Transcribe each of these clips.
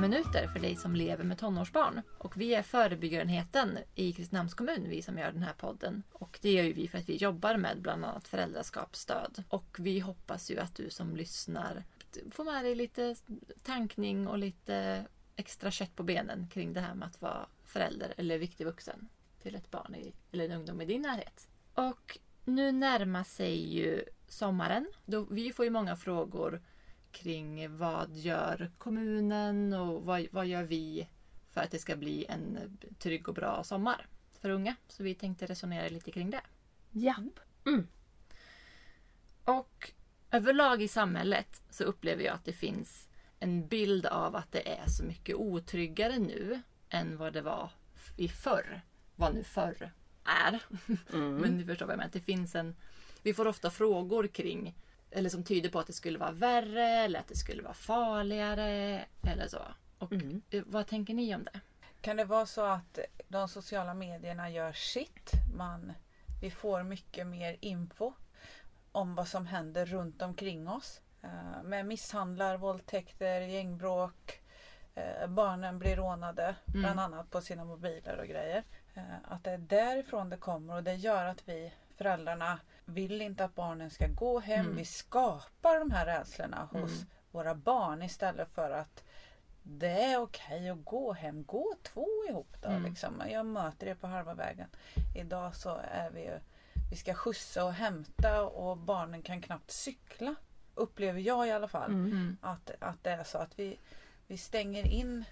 minuter för dig som lever med tonårsbarn. Och vi är förebyggarenheten i Kristinehamns kommun, vi som gör den här podden. Och det gör ju vi för att vi jobbar med bland annat föräldraskapsstöd. Och vi hoppas ju att du som lyssnar får med dig lite tankning och lite extra kött på benen kring det här med att vara förälder eller viktig vuxen till ett barn eller en ungdom i din närhet. Och nu närmar sig ju sommaren. Vi får ju många frågor kring vad gör kommunen och vad gör vi för att det ska bli en trygg och bra sommar för unga. Så vi tänkte resonera lite kring det. Ja. Mm. Och överlag i samhället så upplever jag att det finns en bild av att det är så mycket otryggare nu än vad det var i förr. Vad nu förr är. Men du förstår vad jag menar. Det finns vi får ofta frågor kring, eller som tyder på att det skulle vara värre eller att det skulle vara farligare eller så. Och vad tänker ni om det? Kan det vara så att de sociala medierna gör sitt? Vi får mycket mer info om vad som händer runt omkring oss. Med misshandlar, våldtäkter, gängbråk. Barnen blir rånade, bland annat på sina mobiler och grejer. Att det är därifrån det kommer och det gör att vi föräldrarna vill inte att barnen ska gå hem. Vi skapar de här rädslorna hos våra barn istället för att det är okej att gå hem. Gå 2 ihop då. Liksom. Jag möter det på halva vägen. Idag så är vi ska skjutsa och hämta och barnen kan knappt cykla. Upplever jag i alla fall. Att det är så att vi stänger in,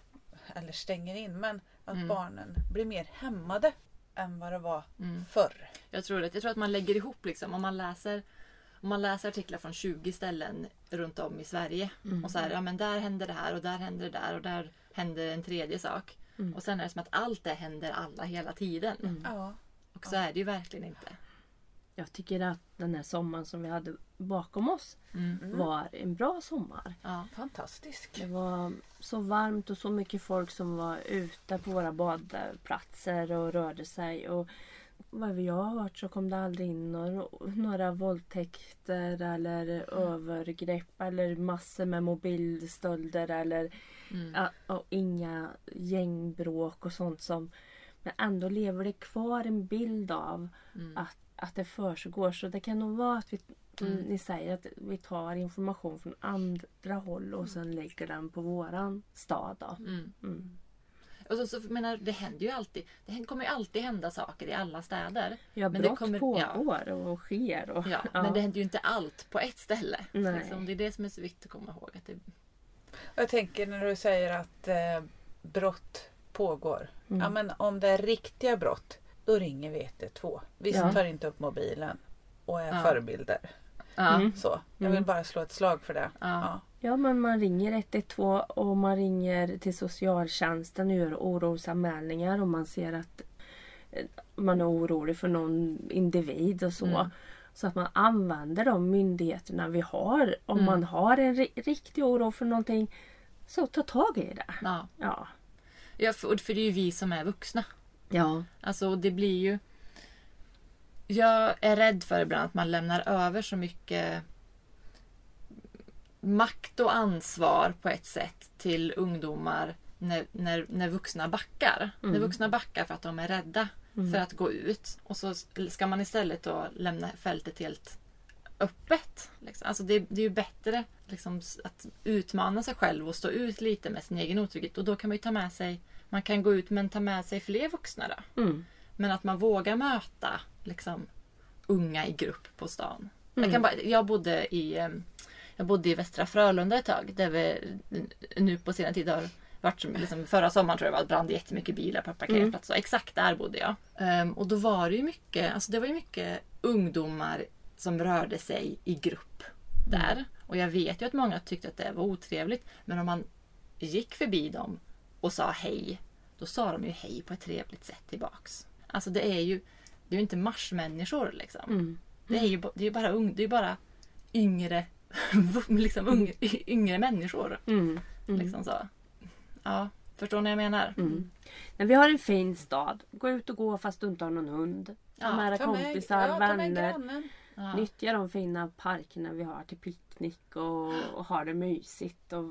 men att barnen blir mer hämmade än vad det var förr. Jag tror att man lägger ihop liksom, om man läser artiklar från 20 ställen runt om i Sverige och så här, ja men där händer det här och där händer det där och där händer en tredje sak. Och sen är det som att allt det händer alla hela tiden. Ja. Och så är det ju verkligen inte. Jag tycker att den här sommaren som vi hade bakom oss var en bra sommar. Ja. Fantastisk. Det var så varmt och så mycket folk som var ute på våra badplatser och rörde sig. Och vad jag har hört så kom det aldrig in några våldtäkter eller övergrepp eller massor med mobilstölder eller och inga gängbråk och sånt som. Men ändå lever det kvar en bild av att det försiggår. Så det kan nog vara att ni säger att vi tar information från andra håll och sen lägger den på våran stad då. Och så menar, det händer ju alltid. Det kommer ju alltid hända saker i alla städer. Ja, men brott pågår och sker. Och, men det händer ju inte allt på ett ställe. Nej. Liksom, det är det som är så viktigt att komma ihåg. Att Jag tänker när du säger att brott pågår. Ja, men om det är riktiga brott, då ringer vi 112. Vi tar inte upp mobilen och är förebilder. Så. Jag vill bara slå ett slag för det. Ja, men man ringer 112 och man ringer till socialtjänsten och gör orosanmälningar om man ser att man är orolig för någon individ och så. Så att man använder de myndigheterna vi har. Om man har en riktig oro för någonting, så ta tag i det. Ja, för det är ju vi som är vuxna. Ja. Alltså det blir ju... Jag är rädd för ibland att man lämnar över så mycket makt och ansvar på ett sätt till ungdomar när vuxna backar. När vuxna backar för att de är rädda för att gå ut. Och så ska man istället då lämna fältet helt öppet. Liksom. Alltså det är ju bättre liksom, att utmana sig själv och stå ut lite med sin egen otrygghet. Och då kan man ju ta med sig, man kan gå ut men ta med sig fler vuxna då. Men att man vågar möta liksom, unga i grupp på stan. Jag bodde i Västra Frölunda ett tag. Där vi nu på senare tid har varit liksom, förra sommaren tror jag brann jättemycket bilar på parkeringsplats. Så exakt där bodde jag. Och då var det ju mycket, alltså det var ju mycket ungdomar som rörde sig i grupp där. Och jag vet ju att många tyckte att det var otrevligt. Men om man gick förbi dem och sa hej, då sa de ju hej på ett trevligt sätt tillbaks. Alltså det är ju inte marsmänniskor liksom. Det är ju bara yngre liksom yngre människor. Liksom så. Ja, förstår ni vad jag menar? Men vi har en fin stad. Gå ut och gå fast du inte har någon hund. Ta med kompisar, vänner. Nyttja de fina parkerna vi har till picknick och ha det mysigt. Och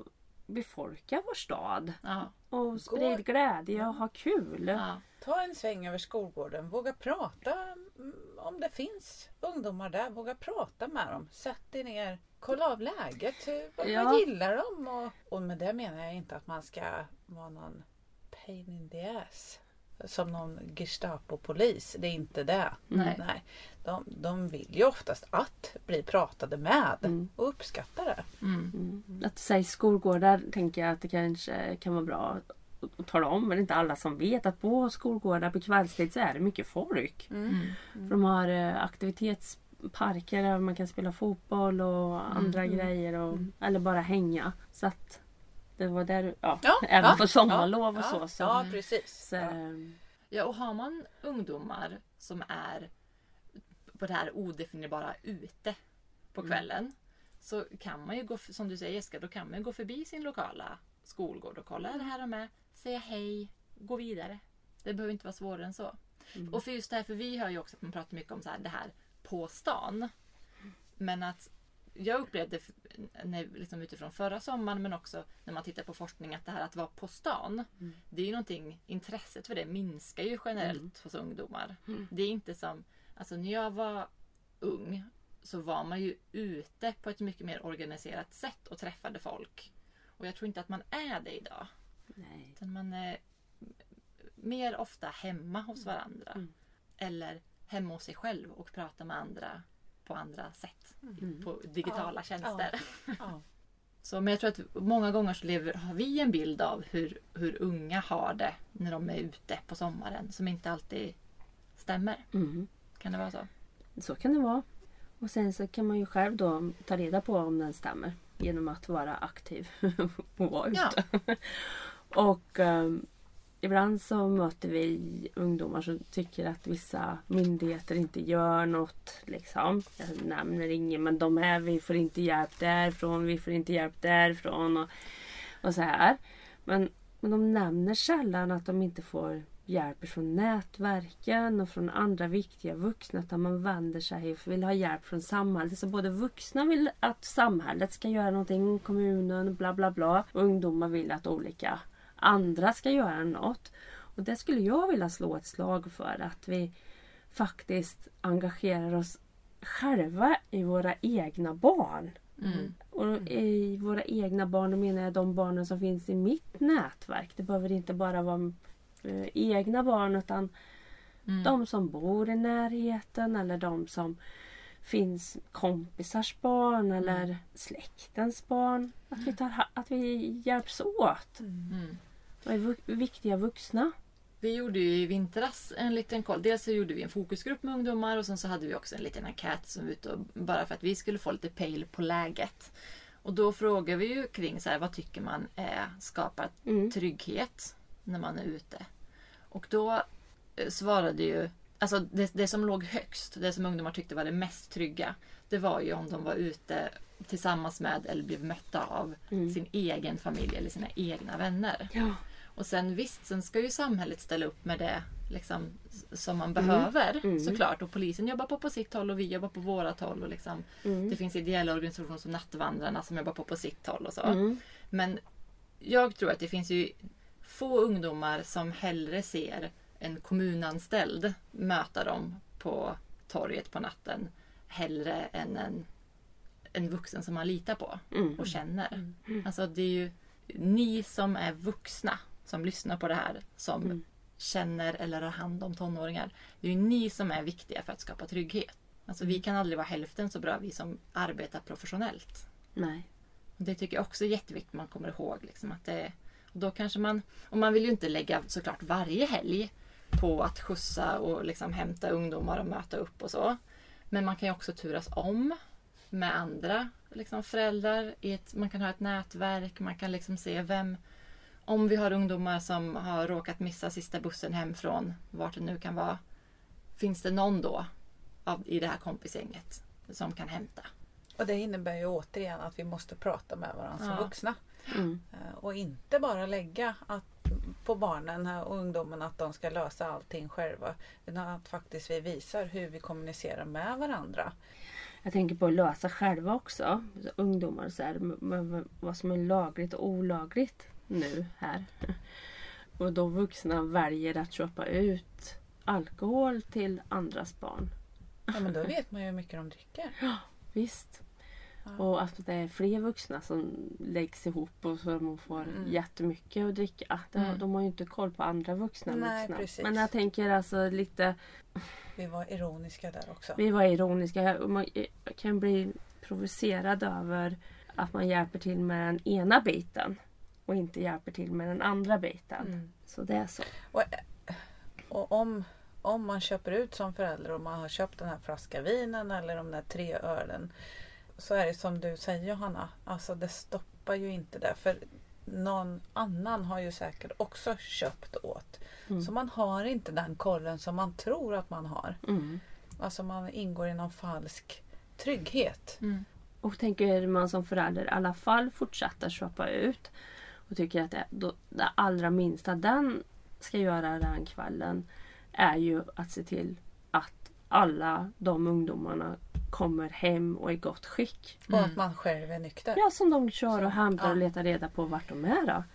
befolka vår stad. Ja. Och sprid glädje och ha kul. Ja. Ta en sväng över skolgården. Våga prata om det finns ungdomar där. Våga prata med dem. Sätt dig ner. Kolla av läget. Vad gillar de? Och med det menar jag inte att man ska vara någon pain in the ass. Som någon Gestapo-polis. Det är inte det. Nej. De vill ju oftast att bli pratade med. Och uppskatta det. Att säga skolgårdar tänker jag att det kanske kan vara bra att tala om. Men det är inte alla som vet att på skolgårdar på kvällstid så är det mycket folk. För de har aktivitetsparker där man kan spela fotboll och andra grejer. Eller bara hänga. Så att det var där, även på sommarlov och så. Ja, precis. Ja, och har man ungdomar som är på det här odefinierbara ute på kvällen så kan man ju gå, som du säger Jessica, då kan man ju gå förbi sin lokala skolgård och kolla det här med, säga hej, gå vidare. Det behöver inte vara svårare än så. Och för just det här, för vi hör ju också att man pratar mycket om så här, det här på stan. Men att jag upplevde liksom utifrån förra sommaren men också när man tittar på forskning att det här att vara på stan det är ju någonting, intresset för det minskar ju generellt hos ungdomar. Det är inte som, alltså när jag var ung så var man ju ute på ett mycket mer organiserat sätt och träffade folk. Och jag tror inte att man är det idag. Nej. Utan man är mer ofta hemma hos varandra. Eller hemma hos sig själv och prata med andra på andra sätt. På digitala tjänster. Så, men jag tror att många gånger så har vi en bild av hur unga har det när de är ute på sommaren som inte alltid stämmer. Kan det vara så? Så kan det vara. Och sen så kan man ju själv då ta reda på om den stämmer genom att vara aktiv och vara ute. Och ibland så möter vi ungdomar som tycker att vissa myndigheter inte gör något. Liksom. Jag nämner ingen, men vi får inte hjälp därifrån, vi får inte hjälp därifrån och så här. Men de nämner sällan att de inte får hjälp från nätverken och från andra viktiga vuxna. Att man vänder sig och vill ha hjälp från samhället. Så både vuxna vill att samhället ska göra någonting, kommunen, bla bla bla. Och ungdomar vill att olika andra ska göra något. Och det skulle jag vilja slå ett slag för. Att vi faktiskt engagerar oss själva i våra egna barn. Och i våra egna barn, då menar jag de barnen som finns i mitt nätverk. Det behöver inte bara vara egna barn utan de som bor i närheten eller de som finns kompisars barn eller släktens barn. Att vi hjälps åt. Och är viktiga vuxna. Vi gjorde ju i vintras en liten koll. Dels så gjorde vi en fokusgrupp med ungdomar och sen så hade vi också en liten enkät som var ute bara för att vi skulle få lite pejl på läget. Och då frågar vi ju kring så här, vad tycker man skapar trygghet när man är ute. Och då svarade ju, alltså det som låg högst, det som ungdomar tyckte var det mest trygga, det var ju om de var ute tillsammans med eller blev mötta av sin egen familj eller sina egna vänner. Ja. Och sen visst, sen ska ju samhället ställa upp med det liksom, som man behöver såklart. Och polisen jobbar på sitt håll och vi jobbar på vårat håll. Och liksom, det finns ideella organisationer som Nattvandrarna som jobbar på sitt håll och så. Men jag tror att det finns ju få ungdomar som hellre ser en kommunanställd möta dem på torget på natten hellre än en vuxen som man litar på och känner. Alltså det är ju ni som är vuxna som lyssnar på det här som känner eller har hand om tonåringar. Det är ju ni som är viktiga för att skapa trygghet. Alltså vi kan aldrig vara hälften så bra vi som arbetar professionellt. Nej. Det tycker jag också är jätteviktigt man kommer ihåg liksom, att det, och då kanske man, och man vill ju inte lägga såklart varje helg på att skjutsa och liksom hämta ungdomar och möta upp och så. Men man kan ju också turas om med andra liksom föräldrar. Man kan ha ett nätverk, man kan liksom se vem, om vi har ungdomar som har råkat missa sista bussen hem från vart det nu kan vara. Finns det någon då i det här kompisgänget som kan hämta? Och det innebär ju återigen att vi måste prata med varandra som vuxna. Och inte bara lägga på barnen och ungdomarna att de ska lösa allting själva. Utan att faktiskt vi visar hur vi kommunicerar med varandra. Jag tänker på att lösa själva också. Så ungdomar så här, med vad som är lagligt och olagligt nu här. Och då vuxna väljer att köpa ut alkohol till andras barn. Ja, men då vet man ju hur mycket de dricker. Ja, visst. Ja. Och att det är fler vuxna som läggs ihop och så man får jättemycket att dricka. De har ju inte koll på andra vuxna. Precis. Men jag tänker alltså lite... Vi var ironiska där också. Vi var ironiska. Jag kan bli provocerad över att man hjälper till med den ena biten och inte hjälper till med den andra biten. Så det är så. Och om man köper ut som förälder och man har köpt den här flaska vinen eller de där 3 ölen, så är det som du säger, Johanna, alltså det stoppar ju inte det, för någon annan har ju säkert också köpt åt. Så man har inte den kollen som man tror att man har. Alltså man ingår i någon falsk trygghet. Och tänker man som förälder i alla fall fortsätta köpa ut och tycker att det allra minsta den ska göra den kvällen är ju att se till att alla de ungdomarna kommer hem och i gott skick. Och att man själv är nykter. Ja, som de kör och hämtar och letar reda på vart de är då.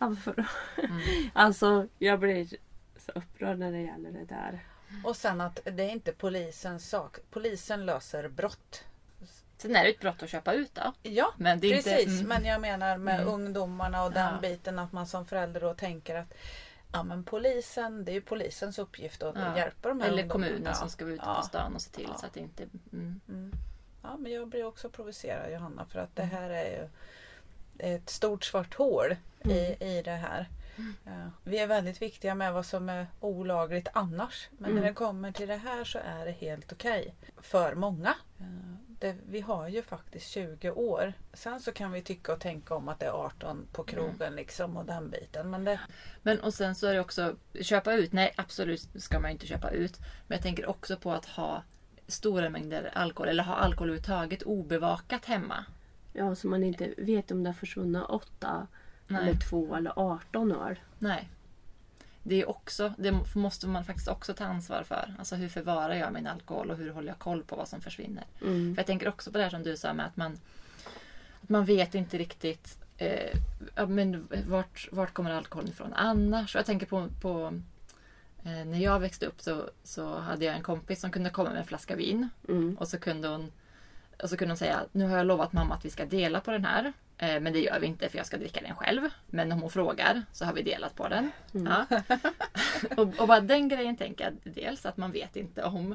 Alltså, jag blir så upprörd när det gäller det där. Och sen att det är inte polisens sak. Polisen löser brott. Sen är det ett brott att köpa ut då. Ja, men det är precis. Inte, Men jag menar med ungdomarna och den biten, att man som förälder då tänker att ja, men polisen, det är ju polisens uppgift att hjälpa de här eller ungdomarna. kommunen som ska vara ute på stan och se till så att det inte... Ja, men jag blir också provocerad, Johanna, för att det här är ju ett stort svart hål i det här. Vi är väldigt viktiga med vad som är olagligt annars. Men när det kommer till det här så är det helt okej för många. Vi har ju faktiskt 20 år. Sen så kan vi tycka och tänka om att det är 18 på krogen liksom och den biten. Men och sen så är det också köpa ut. Nej, absolut ska man inte köpa ut. Men jag tänker också på att ha stora mängder alkohol eller ha alkohol överhuvudtaget obevakat hemma. Ja, så man inte vet om det är försvunna 8 eller 2 eller 18 år. Nej. Det måste man faktiskt också ta ansvar för. Alltså hur förvarar jag min alkohol och hur håller jag koll på vad som försvinner. För jag tänker också på det här som du sa med att man vet inte riktigt men vart kommer alkoholen ifrån annars. Och jag tänker på när jag växte upp så hade jag en kompis som kunde komma med en flaska vin. Och så kunde hon säga, nu har jag lovat mamma att vi ska dela på den här. Men det gör vi inte för jag ska dricka den själv. Men om hon frågar så har vi delat på den. Ja. och bara den grejen tänker jag dels att man vet inte om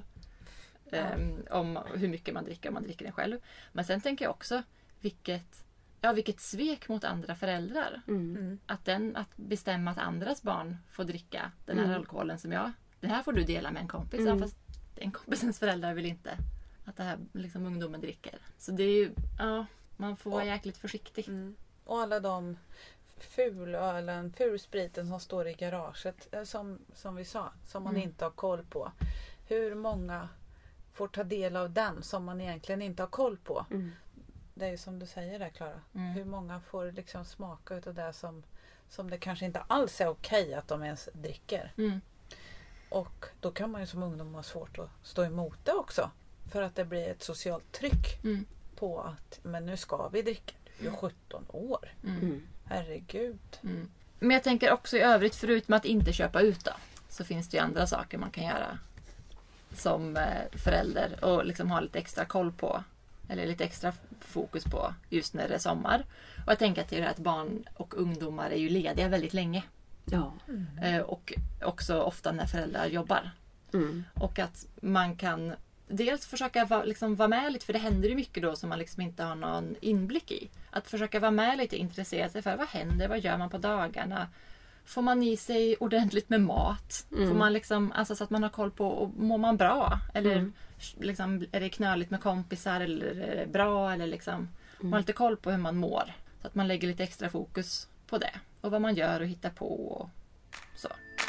hur mycket man dricker om man dricker den själv. Men sen tänker jag också vilket svek mot andra föräldrar. Att bestämma att andras barn får dricka den här alkoholen som den här får du dela med en kompis. Fast den kompisens föräldrar vill inte att det här liksom ungdomen dricker. Så det är ju, man får vara jäkligt försiktig. Och alla de fulspriten som står i garaget, som vi sa, som man inte har koll på. Hur många får ta del av den som man egentligen inte har koll på? Det är ju som du säger där, Klara. Hur många får liksom smaka utav det som det kanske inte alls är okej att de ens dricker. Och då kan man ju som ungdom ha svårt att stå emot det också. För att det blir ett socialt tryck på att men nu ska vi dricka. Du är 17 år. Herregud. Men jag tänker också i övrigt, förutom att inte köpa ut då, så finns det ju andra saker man kan göra som förälder och liksom ha lite extra koll på. Eller lite extra fokus på just när det är sommar. Och jag tänker att det är att barn och ungdomar är ju lediga väldigt länge. Ja. Och också ofta när föräldrar jobbar. Och att man kan dels försöka vara med lite, för det händer ju mycket då som man liksom inte har någon inblick i. Att försöka vara med lite, intressera sig för vad händer, vad gör man på dagarna? Får man i sig ordentligt med mat? Får man liksom, alltså så att man har koll på, och mår man bra? Eller liksom, är det knöligt med kompisar eller är det bra? Eller liksom, man har lite koll på hur man mår. Så att man lägger lite extra fokus på det. Och vad man gör och hittar på och så.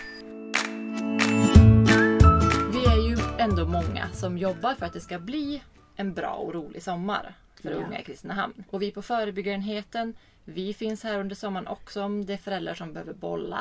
Vi är ju ändå många som jobbar för att det ska bli en bra och rolig sommar för unga i Kristinehamn. Och vi på förebyggarenheten, vi finns här under sommaren också om det är föräldrar som behöver bolla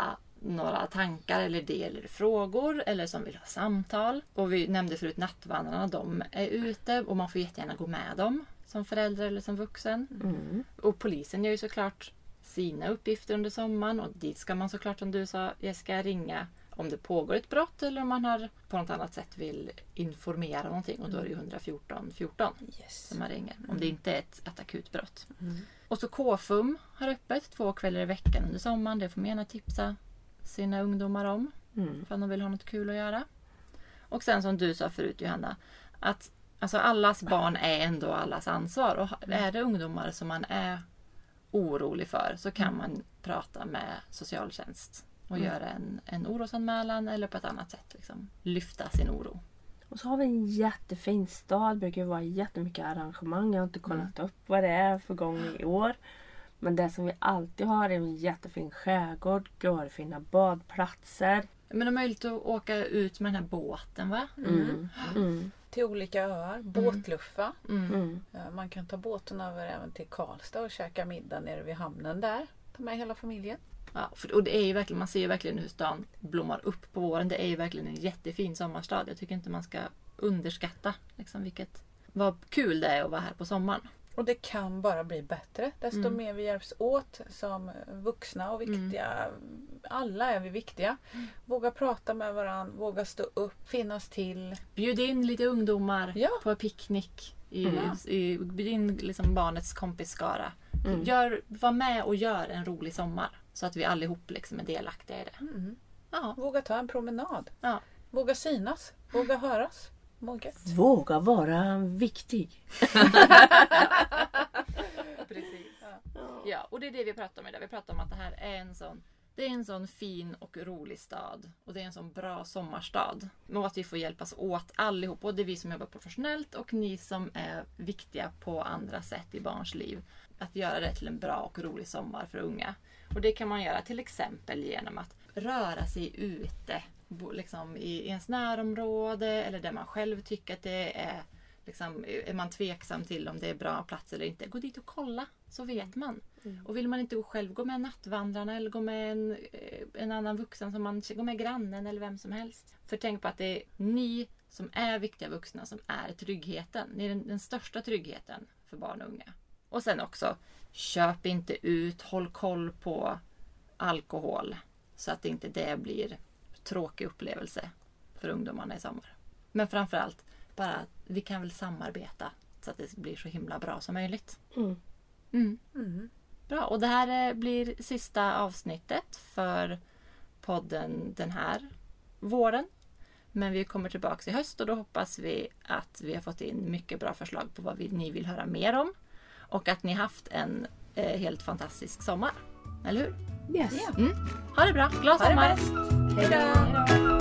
några tankar eller idéer eller frågor eller som vill ha samtal. Och vi nämnde förut nattvandrarna, de är ute och man får jättegärna gå med dem som förälder eller som vuxen. Och polisen gör ju såklart sina uppgifter under sommaren och dit ska man såklart, som du sa, Jessica, ringa om det pågår ett brott eller om man har på något annat sätt vill informera någonting, och då är det ju 114 14 som man ringer om det inte är ett akut brott. Och så KFUM har öppet 2 kvällar i veckan under sommaren. Det får man gärna tipsa sina ungdomar om för att de vill ha något kul att göra. Och sen som du sa förut, Johanna, att alltså allas barn är ändå allas ansvar, och är det ungdomar som man är orolig för så kan man prata med socialtjänst och göra en orosanmälan eller på ett annat sätt liksom lyfta sin oro. Och så har vi en jättefin stad. Det brukar ju vara jättemycket arrangemang. Jag har inte kollat upp vad det är för gång i år. Men det som vi alltid har är en jättefin skärgård. Görfina badplatser. Men det är möjligt att åka ut med den här båten, va? Till olika öar. Båtluffa. Man kan ta båten över även till Karlstad och käka middag nere vid hamnen där. Ta med hela familjen. Ja, och det är ju verkligen, man ser ju verkligen hur stan blommar upp på våren. Det är ju verkligen en jättefin sommarstad. Jag tycker inte man ska underskatta liksom vad kul det är att vara här på sommaren. Och det kan bara bli bättre. Desto mer vi hjälps åt som vuxna och viktiga. Alla är vi viktiga. Våga prata med varandra. Våga stå upp. Finnas till. Bjud in lite ungdomar på picknick. Bjud in liksom barnets kompisskara. Var med och gör en rolig sommar. Så att vi allihop liksom är delaktiga i det. Ja. Våga ta en promenad. Ja. Våga synas. Våga höras. Våga vara viktig. Precis. Ja, och det är det vi pratar om idag. Vi pratar om att det här är en sån fin och rolig stad. Och det är en sån bra sommarstad. Och att vi får hjälpas åt allihop. Både vi som jobbar professionellt och ni som är viktiga på andra sätt i barns liv. Att göra det till en bra och rolig sommar för unga. Och det kan man göra till exempel genom att röra sig ute. Liksom i ens närområde eller där man själv tycker att det är liksom, är man tveksam till om det är bra plats eller inte. Gå dit och kolla, så vet man. Och vill man inte själv gå med nattvandrarna eller gå med en annan vuxen som man går med grannen eller vem som helst. För tänk på att det är ni som är viktiga vuxna som är tryggheten. Ni är den största tryggheten för barn och unga. Och sen också, köp inte ut, håll koll på alkohol så att inte det blir tråkig upplevelse för ungdomarna i sommar. Men framförallt bara vi kan väl samarbeta så att det blir så himla bra som möjligt. Bra, och det här blir sista avsnittet för podden den här våren. Men vi kommer tillbaka i höst och då hoppas vi att vi har fått in mycket bra förslag på vad ni vill höra mer om. Och att ni haft en helt fantastisk sommar. Eller hur? Yes. Ha det bra. Glad sommar. Hej då.